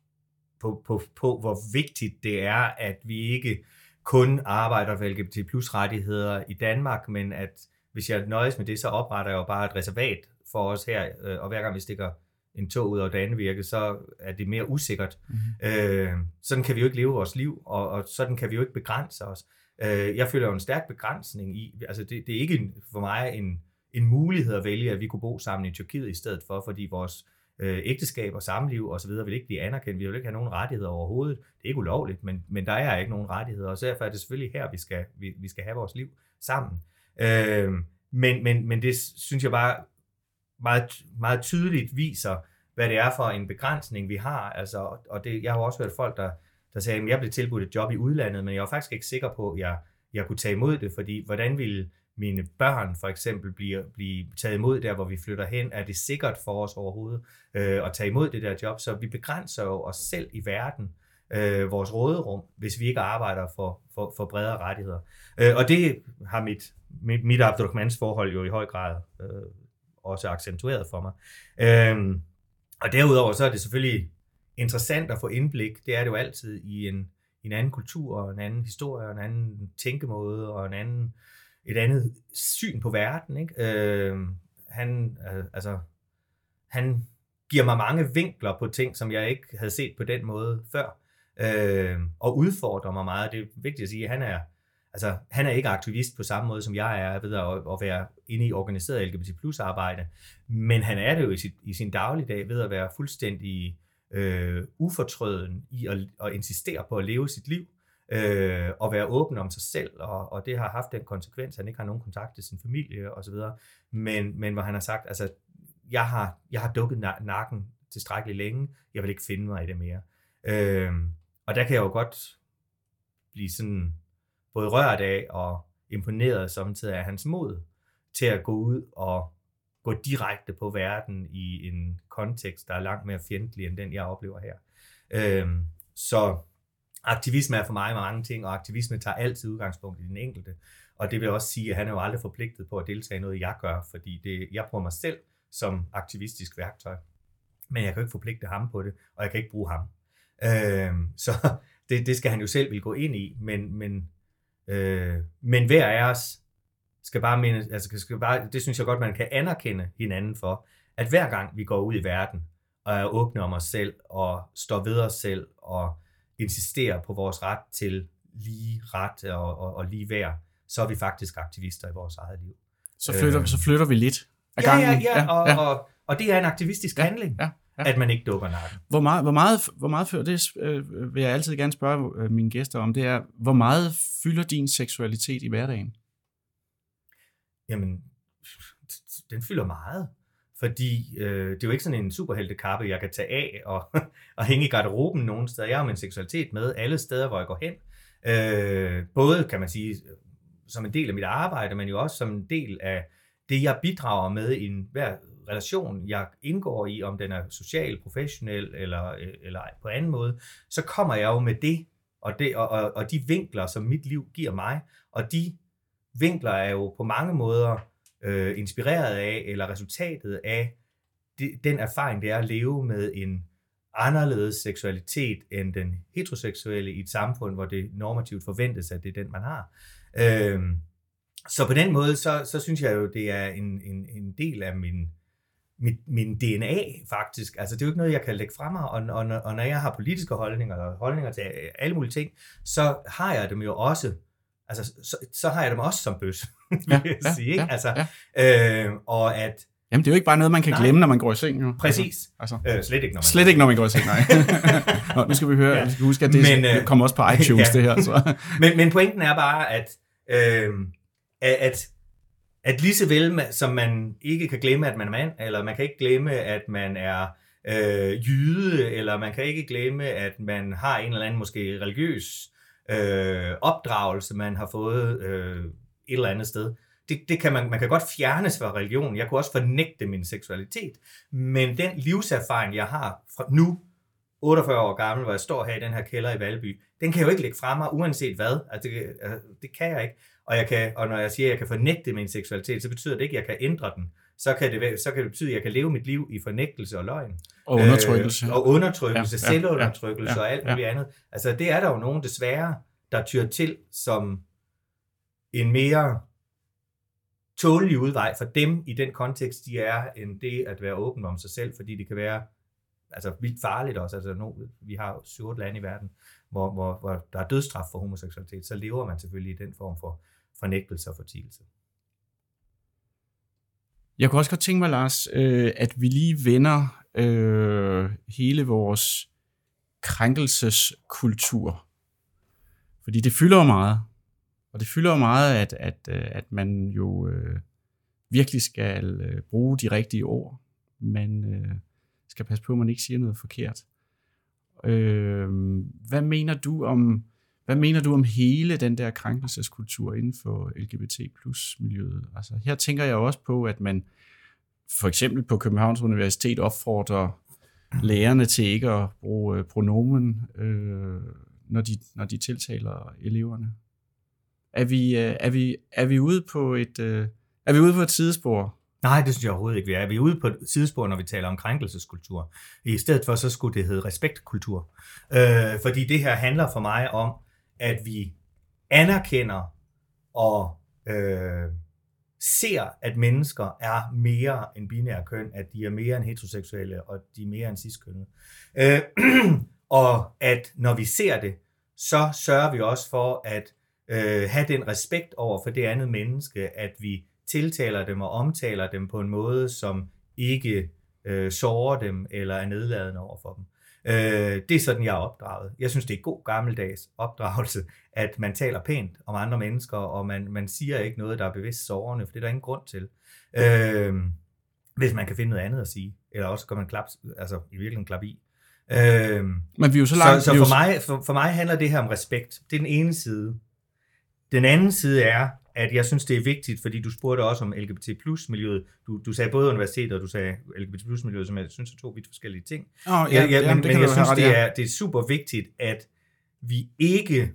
hvor vigtigt det er, at vi ikke kun arbejder for LGBT+ rettigheder i Danmark, men at hvis jeg nøjes med det, så opretter jeg jo bare et reservat for os her, og hver gang vi stikker en tog ud af Dannevirke, så er det mere usikkert. Mm-hmm. Sådan kan vi jo ikke leve vores liv, og sådan kan vi jo ikke begrænse os. Jeg føler jo en stærk begrænsning i, altså det er ikke for mig en mulighed at vælge, at vi kunne bo sammen i Tyrkiet i stedet for, fordi vores ægteskab og samliv og så videre vil ikke blive anerkendt. Vi vil ikke have nogen rettigheder overhovedet. Det er ikke ulovligt, men der er ikke nogen rettigheder, og så derfor er det selvfølgelig her, vi skal have vores liv sammen. Men det synes jeg bare meget, meget tydeligt viser, hvad det er for en begrænsning, vi har. Altså, og det, jeg har også hørt folk, der sagde, at jeg blev tilbudt et job i udlandet, men jeg var faktisk ikke sikker på, at jeg kunne tage imod det, fordi hvordan ville mine børn for eksempel blive taget imod der, hvor vi flytter hen? Er det sikkert for os overhovedet at tage imod det der job? Så vi begrænser jo os selv i verden, vores råderum, hvis vi ikke arbejder for bredere rettigheder. Og det har mit Abdurrahmans forhold jo i høj grad også accentueret for mig. Og derudover så er det selvfølgelig interessant at få indblik. Det er det jo altid i en anden kultur, og en anden historie, og en anden tænkemåde, og et andet syn på verden. Ikke? Han giver mig mange vinkler på ting, som jeg ikke havde set på den måde før, og udfordrer mig meget. Det er vigtigt at sige, at han er ikke aktivist på samme måde, som jeg er ved at være inde i organiseret LGBT+ arbejde, men han er det jo i sin dagligdag ved at være fuldstændig ufortrøden i at insistere på at leve sit liv, og være åben om sig selv, og det har haft den konsekvens, at han ikke har nogen kontakt til sin familie osv., men hvor han har sagt, altså, jeg har dukket nakken tilstrækkeligt længe, jeg vil ikke finde mig i det mere. Og der kan jeg jo godt blive sådan både rørt af og imponeret samtidig af hans mod til at gå ud og gå direkte på verden i en kontekst, der er langt mere fjendtlig end den, jeg oplever her. Så aktivisme er for mig mange ting, og aktivisme tager altid udgangspunkt i den enkelte. Og det vil også sige, at han er jo aldrig forpligtet på at deltage i noget, jeg gør, fordi jeg bruger mig selv som aktivistisk værktøj. Men jeg kan jo ikke forpligte ham på det, og jeg kan ikke bruge ham. Så det skal han jo selv vil gå ind i, men hver af os skal bare det synes jeg godt, man kan anerkende hinanden for, at hver gang vi går ud i verden, og er åbne om os selv, og står ved os selv, og insisterer på vores ret til lige ret og lige værd, så er vi faktisk aktivister i vores eget liv. Så flytter vi lidt af gangen. Og det er en aktivistisk handling, at man ikke dukker nakken. Hvor meget før, det vil jeg altid gerne spørge mine gæster om, det er, hvor meget fylder din seksualitet i hverdagen? Jamen, den fylder meget. Fordi det er jo ikke sådan en superheltekappe, jeg kan tage af og hænge i garderoben nogen steder. Jeg har min seksualitet med alle steder, hvor jeg går hen. Både, kan man sige, som en del af mit arbejde, men jo også som en del af det, jeg bidrager med i hver relation, jeg indgår i, om den er social, professionel eller på anden måde, så kommer jeg jo med det og de vinkler, som mit liv giver mig. Og de vinkler er jo på mange måder inspireret af, eller resultatet af den erfaring, det er at leve med en anderledes seksualitet end den heteroseksuelle i et samfund, hvor det normativt forventes, at det er den, man har. Så på den måde, så synes jeg jo, det er en del af min DNA faktisk. Altså det er jo ikke noget, jeg kan lægge fra mig, og når jeg har politiske holdninger, eller holdninger til alle mulige ting, så har jeg dem jo også, altså så har jeg dem også som bøs, vil jeg sige, ikke? Altså, og at jamen, det er jo ikke bare noget, man kan glemme, når man går i seng. Jo. Præcis. Altså, slet ikke, når man går i seng, nej. Nå, nu skal vi høre, vi skal huske, at det kommer også på iTunes, det her. Så. Men pointen er bare, at lige så vel som man ikke kan glemme, at man er mand, eller man kan ikke glemme, at man er jyde, eller man kan ikke glemme, at man har en eller anden måske religiøs opdragelse, man har fået et eller andet sted. Det kan man kan godt fjernes fra religion. Jeg kunne også fornægte min seksualitet, men den livserfaring, jeg har fra nu, 48 år gammel, hvor jeg står her i den her kælder i Valby, den kan jeg jo ikke lægge fra mig, uanset hvad. Altså, det kan jeg ikke. Og når jeg siger, at jeg kan fornægte min seksualitet, så betyder det ikke, at jeg kan ændre den. Så kan det betyde, at jeg kan leve mit liv i fornægtelse og løgn. Og undertrykkelse. Og undertrykkelse, selvundertrykkelse og alt muligt andet. Altså, det er der jo nogen, desværre, der tyr til som en mere tålelig udvej for dem i den kontekst, de er, end det at være åben om sig selv, fordi det kan være vildt farligt også. Altså, vi har 7-8 lande i verden, hvor der er dødsstraf for homoseksualitet, så lever man selvfølgelig i den form for fornægtelse og fortielse. Jeg kunne også godt tænke mig, Lars, at vi lige vender hele vores krænkelseskultur. Fordi det fylder jo meget. Og det fylder jo meget, at man jo virkelig skal bruge de rigtige ord. Man skal passe på, at man ikke siger noget forkert. Hvad mener du om hele den der krænkelseskultur inden for LGBT+-miljøet? Altså, her tænker jeg også på, at man for eksempel på Københavns Universitet opfordrer lærerne til ikke at bruge pronomen, når de tiltaler eleverne. Er vi ude på et sidespor? Nej, det synes jeg overhovedet ikke, vi er. Vi er ude på et sidespor, når vi taler om krænkelseskultur. I stedet for, så skulle det hedde respektkultur. Fordi det her handler for mig om, at vi anerkender og ser, at mennesker er mere end binære køn, at de er mere end heteroseksuelle, og de er mere end ciskønnede. Og at når vi ser det, så sørger vi også for at have den respekt over for det andet menneske, at vi tiltaler dem og omtaler dem på en måde, som ikke sårer dem eller er nedladende over for dem. Det er sådan, jeg er opdraget. Jeg synes, det er god gammeldags opdragelse, at man taler pænt om andre mennesker, og man siger ikke noget, der er bevidst sårende, for det er der ingen grund til. Hvis man kan finde noget andet at sige, eller også kan man i virkeligheden klappe i. Men vi er jo så langt. Så for mig handler det her om respekt. Det er den ene side. Den anden side er, at jeg synes, det er vigtigt, fordi du spurgte også om LGBT+-miljøet. Du sagde både universitet, og du sagde LGBT+-miljøet, som jeg synes er to vidt forskellige ting. Men jeg synes, det er super vigtigt, at vi ikke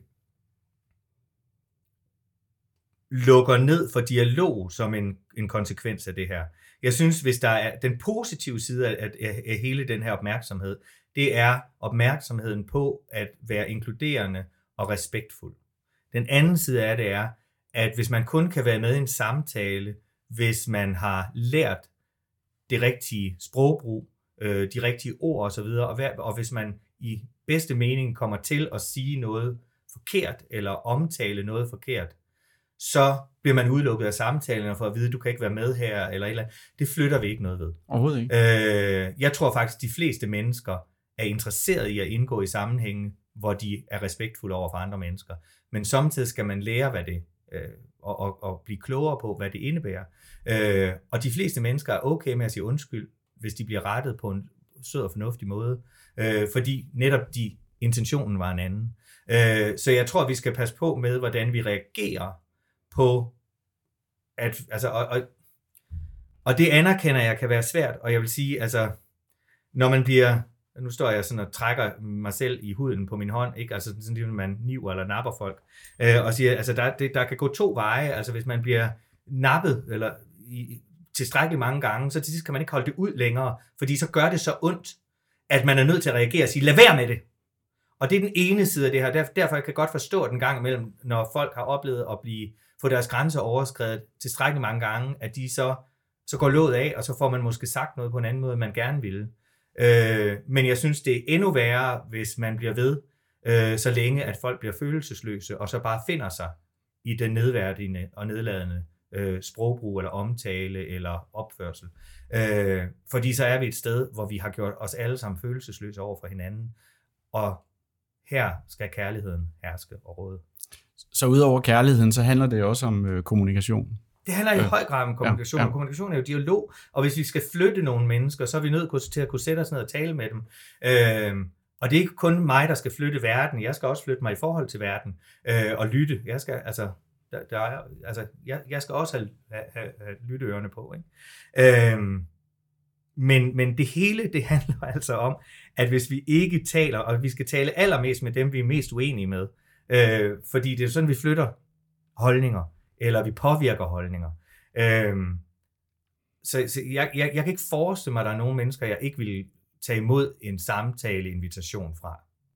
lukker ned for dialog som en konsekvens af det her. Jeg synes, hvis der er den positive side af hele den her opmærksomhed, det er opmærksomheden på at være inkluderende og respektfuld. Den anden side af det er, at hvis man kun kan være med i en samtale, hvis man har lært det rigtige sprogbrug, de rigtige ord osv., og hvis man i bedste mening kommer til at sige noget forkert, eller omtale noget forkert, så bliver man udelukket af samtalen for at vide, at du kan ikke være med her, eller et eller andet. Det flytter vi ikke noget ved. Overhovedet ikke. Jeg tror faktisk, at de fleste mennesker er interesseret i at indgå i sammenhænge, hvor de er respektfulde over for andre mennesker. Men samtidig skal man lære, hvad det og blive klogere på, hvad det indebærer. Og de fleste mennesker er okay med at sige undskyld, hvis de bliver rettet på en sød og fornuftig måde, fordi netop intentionen var en anden. Så jeg tror, vi skal passe på med, hvordan vi reagerer på, at, og det anerkender jeg kan være svært, og jeg vil sige, altså, når man bliver, nu står jeg sådan og trækker mig selv i huden på min hånd, ikke? Altså sådan, at man niver eller napper folk, og siger, altså der kan gå to veje, altså hvis man bliver nappet, eller tilstrækkeligt mange gange, så til sidst kan man ikke holde det ud længere, fordi så gør det så ondt, at man er nødt til at reagere og sige, lad være med det. Og det er den ene side af det her, derfor jeg kan godt forstå den gang imellem, når folk har oplevet at få deres grænser overskredet tilstrækkeligt mange gange, at de så så går låget af, og så får man måske sagt noget på en anden måde, man gerne ville. Men jeg synes, det er endnu værre, hvis man bliver ved, så længe at folk bliver følelsesløse, og så bare finder sig i den nedværdigende og nedladende sprogbrug, eller omtale, eller opførsel. Fordi så er vi et sted, hvor vi har gjort os alle sammen følelsesløse over for hinanden, og her skal kærligheden herske og råde. Så udover kærligheden, så handler det også om kommunikation. Det handler i høj grad om kommunikation, og kommunikation er jo dialog, og hvis vi skal flytte nogle mennesker, så er vi nødt til at kunne sætte os ned og tale med dem. Og det er ikke kun mig, der skal flytte verden, jeg skal også flytte mig i forhold til verden, og lytte. Jeg skal, jeg skal også have lytteørerne på. Ikke? Men det hele, det handler altså om, at hvis vi ikke taler, og vi skal tale allermest med dem, vi er mest uenige med, fordi det er sådan, vi flytter holdninger, eller vi påvirker holdninger. Så jeg kan ikke forestille mig, at der er nogle mennesker, jeg ikke vil tage imod en samtale-invitation fra.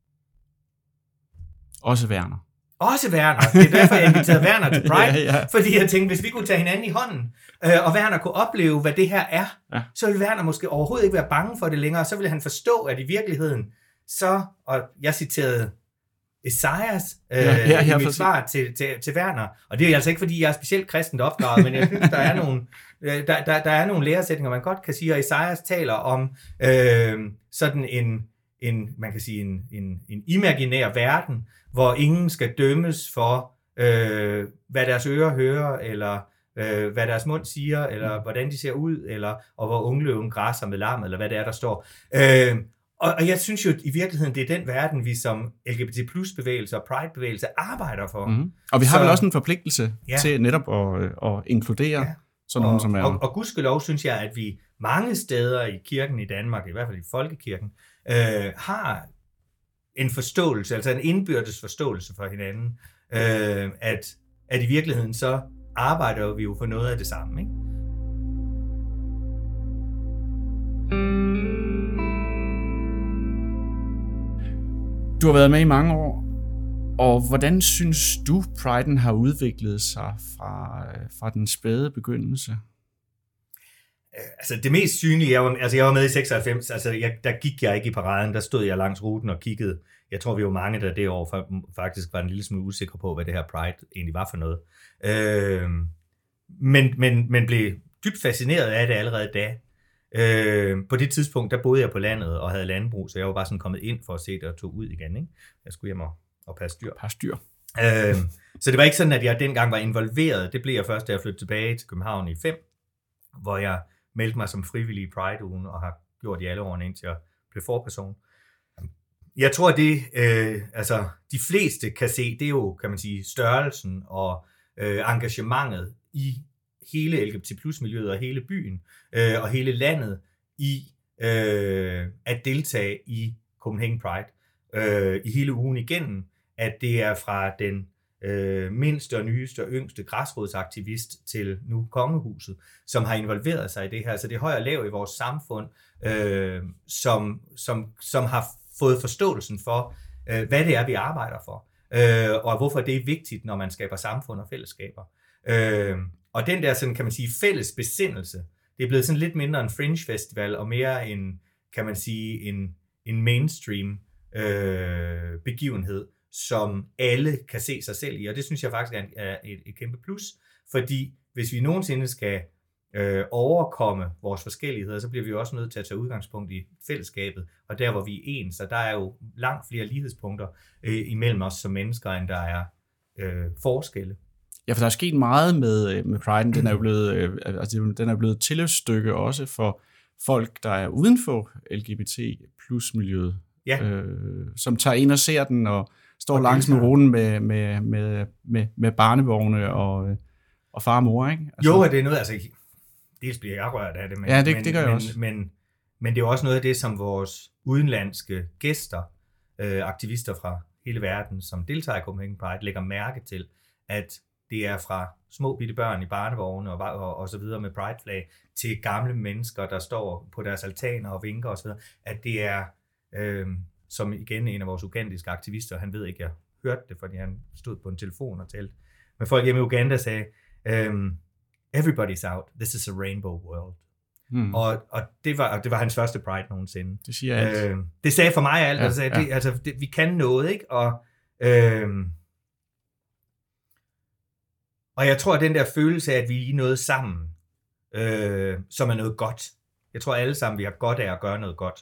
Også Werner. Også Werner. Det er derfor, jeg inviterede Werner til Pride. Ja. Fordi jeg tænkte, hvis vi kunne tage hinanden i hånden, og Werner kunne opleve, hvad det her er, så ville Werner måske overhovedet ikke være bange for det længere. Så ville han forstå, at i virkeligheden, og jeg citerede Esajas i mit svar til Werner. Og det er altså ikke, fordi jeg er specielt kristent opdraget, men jeg synes, der er nogle læresætninger, man godt kan sige, og Esajas taler om sådan man kan sige en imaginær verden, hvor ingen skal dømmes for, hvad deres ører hører, eller hvad deres mund siger, eller hvordan de ser ud, og hvor ungløven græsser med lam, eller hvad det er, der står. Og jeg synes jo i virkeligheden, det er den verden, vi som LGBT+-bevægelse og Pride-bevægelse arbejder for. Mm-hmm. Og vi har vel også en forpligtelse til netop at inkludere sådan nogen som er. Og gudskelov synes jeg, at vi mange steder i kirken i Danmark, i hvert fald i folkekirken, har en forståelse, altså en indbyrdes forståelse for hinanden, at i virkeligheden så arbejder vi jo for noget af det samme, ikke? Du har været med i mange år, og hvordan synes du, Priden har udviklet sig fra den spæde begyndelse? Altså det mest synlige, jeg var med i 96, der gik jeg ikke i paraden, der stod jeg langs ruten og kiggede. Jeg tror, vi var mange, der det år faktisk var en lille smule usikre på, hvad det her Pride egentlig var for noget. Men blev dybt fascineret af det allerede da. På det tidspunkt, der boede jeg på landet og havde landbrug, så jeg var bare sådan kommet ind for at se det og tog ud igen. Ikke? Jeg skulle hjem og passe dyr. Så det var ikke sådan, at jeg dengang var involveret. Det blev jeg først, da jeg flyttede tilbage til København i 5, hvor jeg meldte mig som frivillig i Pride-ugen og har gjort i alle årene, indtil jeg blev forperson. Jeg tror, det de fleste kan se, det er jo, kan man sige, størrelsen og engagementet i hele LGBT+-miljøet og hele byen og hele landet i at deltage i Copenhagen Pride i hele ugen igennem, at det er fra den mindste og nyeste og yngste græsrodsaktivist til nu kongehuset, som har involveret sig i det her. Så det er høj og lav i vores samfund, som har fået forståelsen for, hvad det er, vi arbejder for, og hvorfor det er vigtigt, når man skaber samfund og fællesskaber. Og den der, sådan, kan man sige, fælles besindelse, det er blevet sådan lidt mindre en fringe festival, og mere en, kan man sige, en mainstream begivenhed, som alle kan se sig selv i, og det synes jeg faktisk er et kæmpe plus, fordi hvis vi nogensinde skal overkomme vores forskelligheder, så bliver vi jo også nødt til at tage udgangspunkt i fællesskabet, og der hvor vi er ens, så der er jo langt flere lighedspunkter imellem os som mennesker, end der er forskelle. Ja, for der er sket meget med Pride. Den er jo blevet, den er blevet tilløbsstykke også for folk, der er uden for LGBT+-miljøet, som tager ind og ser den og står langs med ruten med barnevogne og far og mor, ikke? Altså, jo, det er noget, dels bliver jeg rørt af det, det gør jeg også. Men det er jo også noget af det, som vores udenlandske gæster, aktivister fra hele verden, som deltager i Copenhagen Pride, lægger mærke til, at det er fra små bitte børn i barnevogne og så videre med Pride-flag, til gamle mennesker, der står på deres altaner og vinker og så videre, at det er, som igen en af vores ugandiske aktivister, han ved ikke, jeg hørte det, fordi han stod på en telefon og talte med folk hjemme i Uganda, sagde, everybody's out, this is a rainbow world. Og det var hans første Pride nogensinde. Det siger alt. Det sagde for mig alt, vi kan noget, ikke? Og jeg tror, at den der følelse af, at vi er noget sammen, som er noget godt. Jeg tror alle sammen, vi har godt af at gøre noget godt.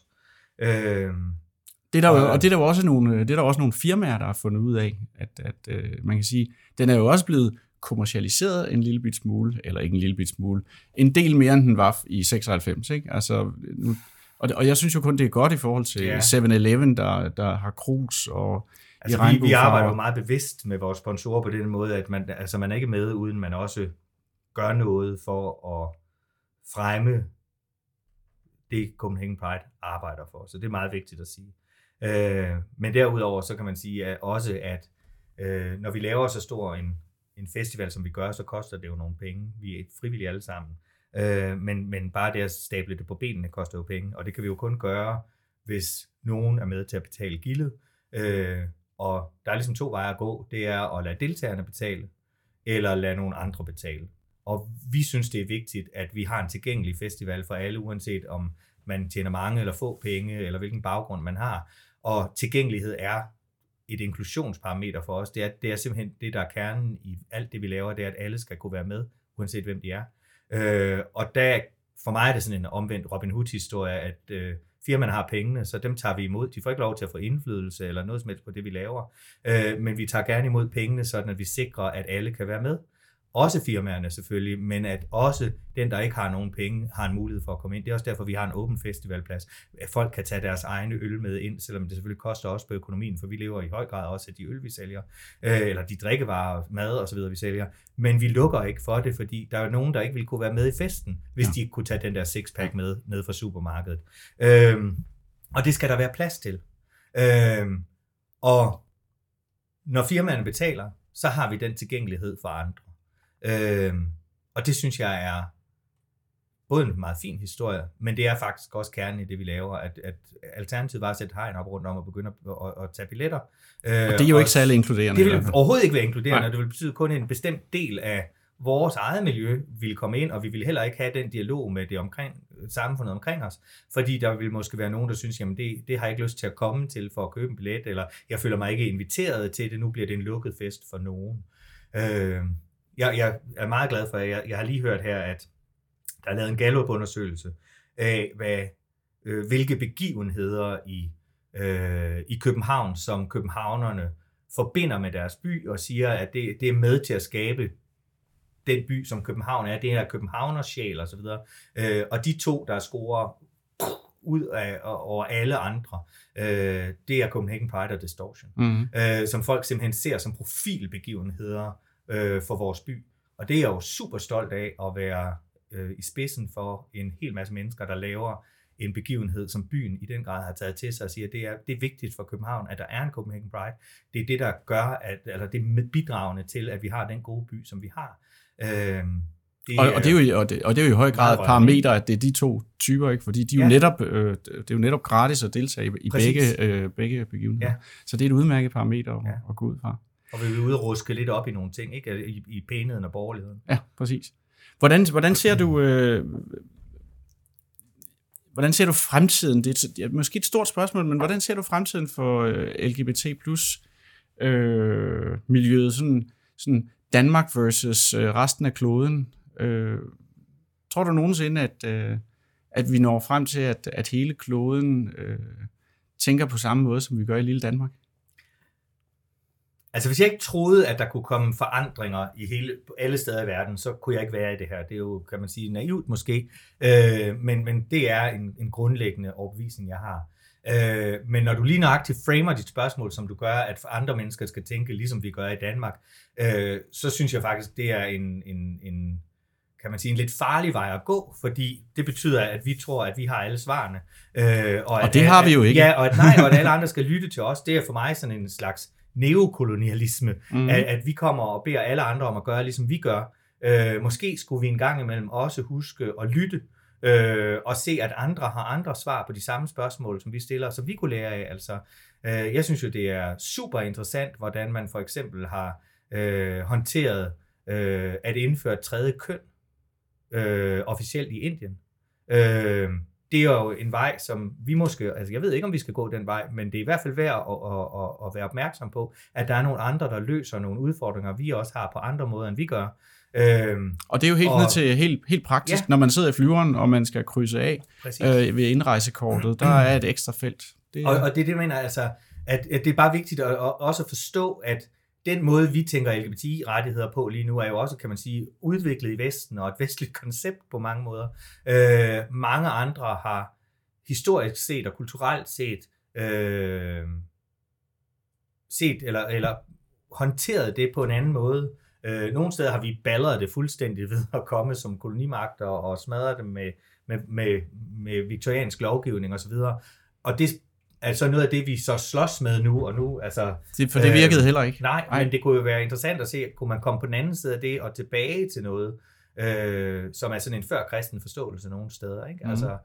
Det er der jo også nogle firmaer, der har fundet ud af, at man kan sige, den er jo også blevet kommercialiseret en lille bit smule, eller ikke en lille bit smule, en del mere, end den var i 96, ikke? Altså, og jeg synes jo kun, det er godt i forhold til 7-Eleven, der har krus og altså, vi arbejder jo meget bevidst med vores sponsorer på den måde, at man er ikke med, uden man også gør noget for at fremme det Copenhagen Pride arbejder for. Så det er meget vigtigt at sige. Men derudover, så kan man sige at også, at når vi laver så stor en festival, som vi gør, så koster det jo nogle penge. Vi er frivillige alle sammen. Men bare det at stable det på benene koster jo penge, og det kan vi jo kun gøre, hvis nogen er med til at betale gildet. Og der er ligesom 2 veje at gå. Det er at lade deltagerne betale, eller lade nogle andre betale. Og vi synes, det er vigtigt, at vi har en tilgængelig festival for alle, uanset om man tjener mange eller få penge, eller hvilken baggrund man har. Og tilgængelighed er et inklusionsparameter for os. Det er simpelthen det, der er kernen i alt det, vi laver, det er, at alle skal kunne være med, uanset hvem de er. Og for mig er det sådan en omvendt Robin Hood-historie, at firmaerne har pengene, så dem tager vi imod. De får ikke lov til at få indflydelse eller noget som helst på det, vi laver. Men vi tager gerne imod pengene, sådan at vi sikrer, at alle kan være med. Også firmaerne selvfølgelig, men at også den, der ikke har nogen penge, har en mulighed for at komme ind. Det er også derfor, vi har en åben festivalplads. At folk kan tage deres egne øl med ind, selvom det selvfølgelig koster også på økonomien, for vi lever i høj grad også af de øl, vi sælger, eller de drikkevarer, mad og så videre, vi sælger. Men vi lukker ikke for det, fordi der er nogen, der ikke ville kunne være med i festen, hvis de ikke kunne tage den der sixpack med ned fra supermarkedet. Og det skal der være plads til. Og når firmaerne betaler, så har vi den tilgængelighed for andre. Og det synes jeg er både en meget fin historie, men det er faktisk også kernen i det, vi laver, at alternativet var at sætte hegn op rundt om og begynde at tage billetter. Og det er jo ikke særlig inkluderende. Det vil overhovedet ikke være inkluderende, og det vil betyde kun en bestemt del af vores eget miljø ville komme ind, og vi ville heller ikke have den dialog med det samfundet omkring os, fordi der vil måske være nogen, der synes, jamen det har jeg ikke lyst til at komme til for at købe en billet, eller jeg føler mig ikke inviteret til det, nu bliver det en lukket fest for nogen. Jeg er meget glad for, at jeg har lige hørt her, at der er lavet en Gallup-undersøgelse af, hvilke begivenheder i København, som københavnerne forbinder med deres by, og siger, at det er med til at skabe den by, som København er. Det er københavners sjæl og så videre. Og de 2, der scorer ud af over alle andre, det er Copenhagen Pride og Distortion, som folk simpelthen ser som profilbegivenheder for vores by. Og det er jeg jo super stolt af at være i spidsen for en hel masse mennesker, der laver en begivenhed, som byen i den grad har taget til sig og siger, at det er vigtigt for København, at der er en Copenhagen Pride. Det er det, der gør, eller det er bidragende til, at vi har den gode by, som vi har. Det er jo i høj grad et parameter, at det er de 2 typer, ikke? Fordi de er jo netop, det er jo netop gratis at deltage i begge begivenheder. Ja. Så det er et udmærket parameter at gå ud fra. Og vi vil ud og ruske lidt op i nogle ting, ikke? I pænheden og borgerligheden. Ja, præcis. Hvordan ser du fremtiden? Det er måske et stort spørgsmål, men hvordan ser du fremtiden for LGBT+ miljøet, sådan Danmark versus resten af kloden? Tror du nogensinde, at vi når frem til, at hele kloden tænker på samme måde, som vi gør i lille Danmark? Altså hvis jeg ikke troede, at der kunne komme forandringer alle steder i verden, så kunne jeg ikke være i det her. Det er jo, kan man sige, naivt måske, men det er en grundlæggende overbevisning, jeg har. Men når du lige nøjagtigt framer dit spørgsmål, som du gør, at andre mennesker skal tænke, ligesom vi gør i Danmark, så synes jeg faktisk, det er en kan man sige, en lidt farlig vej at gå, fordi det betyder, at vi tror, at vi har alle svarene. Og det har vi jo ikke. Ja, og at alle andre skal lytte til os, det er for mig sådan en slags neokolonialisme, at vi kommer og beder alle andre om at gøre, ligesom vi gør. Måske skulle vi en gang imellem også huske at lytte, og se, at andre har andre svar på de samme spørgsmål, som vi stiller, som vi kunne lære af. Altså, jeg synes jo, det er super interessant, hvordan man for eksempel har håndteret at indføre et tredje køn officielt i Indien. Det er jo en vej, som vi måske, altså jeg ved ikke, om vi skal gå den vej, men det er i hvert fald værd at være opmærksom på, at der er nogle andre, der løser nogle udfordringer, vi også har på andre måder, end vi gør. Og det er jo helt ned til helt praktisk, når man sidder i flyveren, og man skal krydse af ved indrejsekortet, der er et ekstra felt. Og det er det, jeg mener, altså, at det er bare vigtigt at også forstå, at den måde, vi tænker LGBTI-rettigheder på lige nu, er jo også, kan man sige, udviklet i Vesten, og et vestligt koncept på mange måder. Mange andre har historisk set og kulturelt set eller håndteret det på en anden måde. Nogle steder har vi balleret det fuldstændig ved at komme som kolonimagter og smadre det med viktoriansk lovgivning osv. Og det er så noget af det, vi så slås med nu. Og nu altså, for det virkede heller ikke. Nej, men det kunne jo være interessant at se, kunne man komme på den anden side af det og tilbage til noget, som er sådan en før-kristen forståelse nogle steder. Ikke? Altså,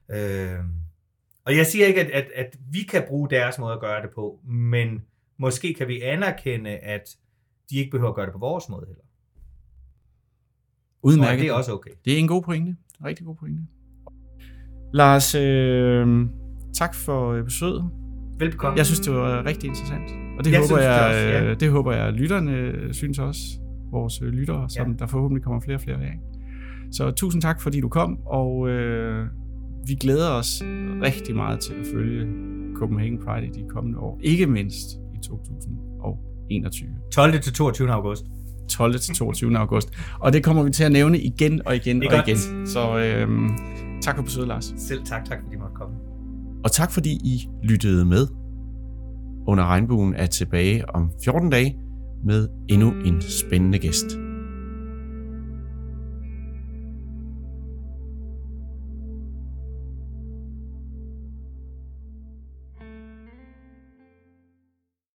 og jeg siger ikke, at vi kan bruge deres måde at gøre det på, men måske kan vi anerkende, at de ikke behøver at gøre det på vores måde heller. Udmærket. Og det er også okay. Det er en god pointe. En rigtig god pointe. Lars, tak for besøget. Velbekomme. Jeg synes, det var rigtig interessant. Og det håber jeg, lytterne synes også. Vores lyttere, som der forhåbentlig kommer flere og flere af. Så tusind tak, fordi du kom. Og vi glæder os rigtig meget til at følge Copenhagen Pride i de kommende år. Ikke mindst i 2021. 12. til 22. august. 12. til 22. august. Og det kommer vi til at nævne igen og igen og igen. Så tak for besøget, Lars. Selv tak, fordi I måtte komme. Og tak fordi I lyttede med. Under Regnbuen er tilbage om 14 dage med endnu en spændende gæst.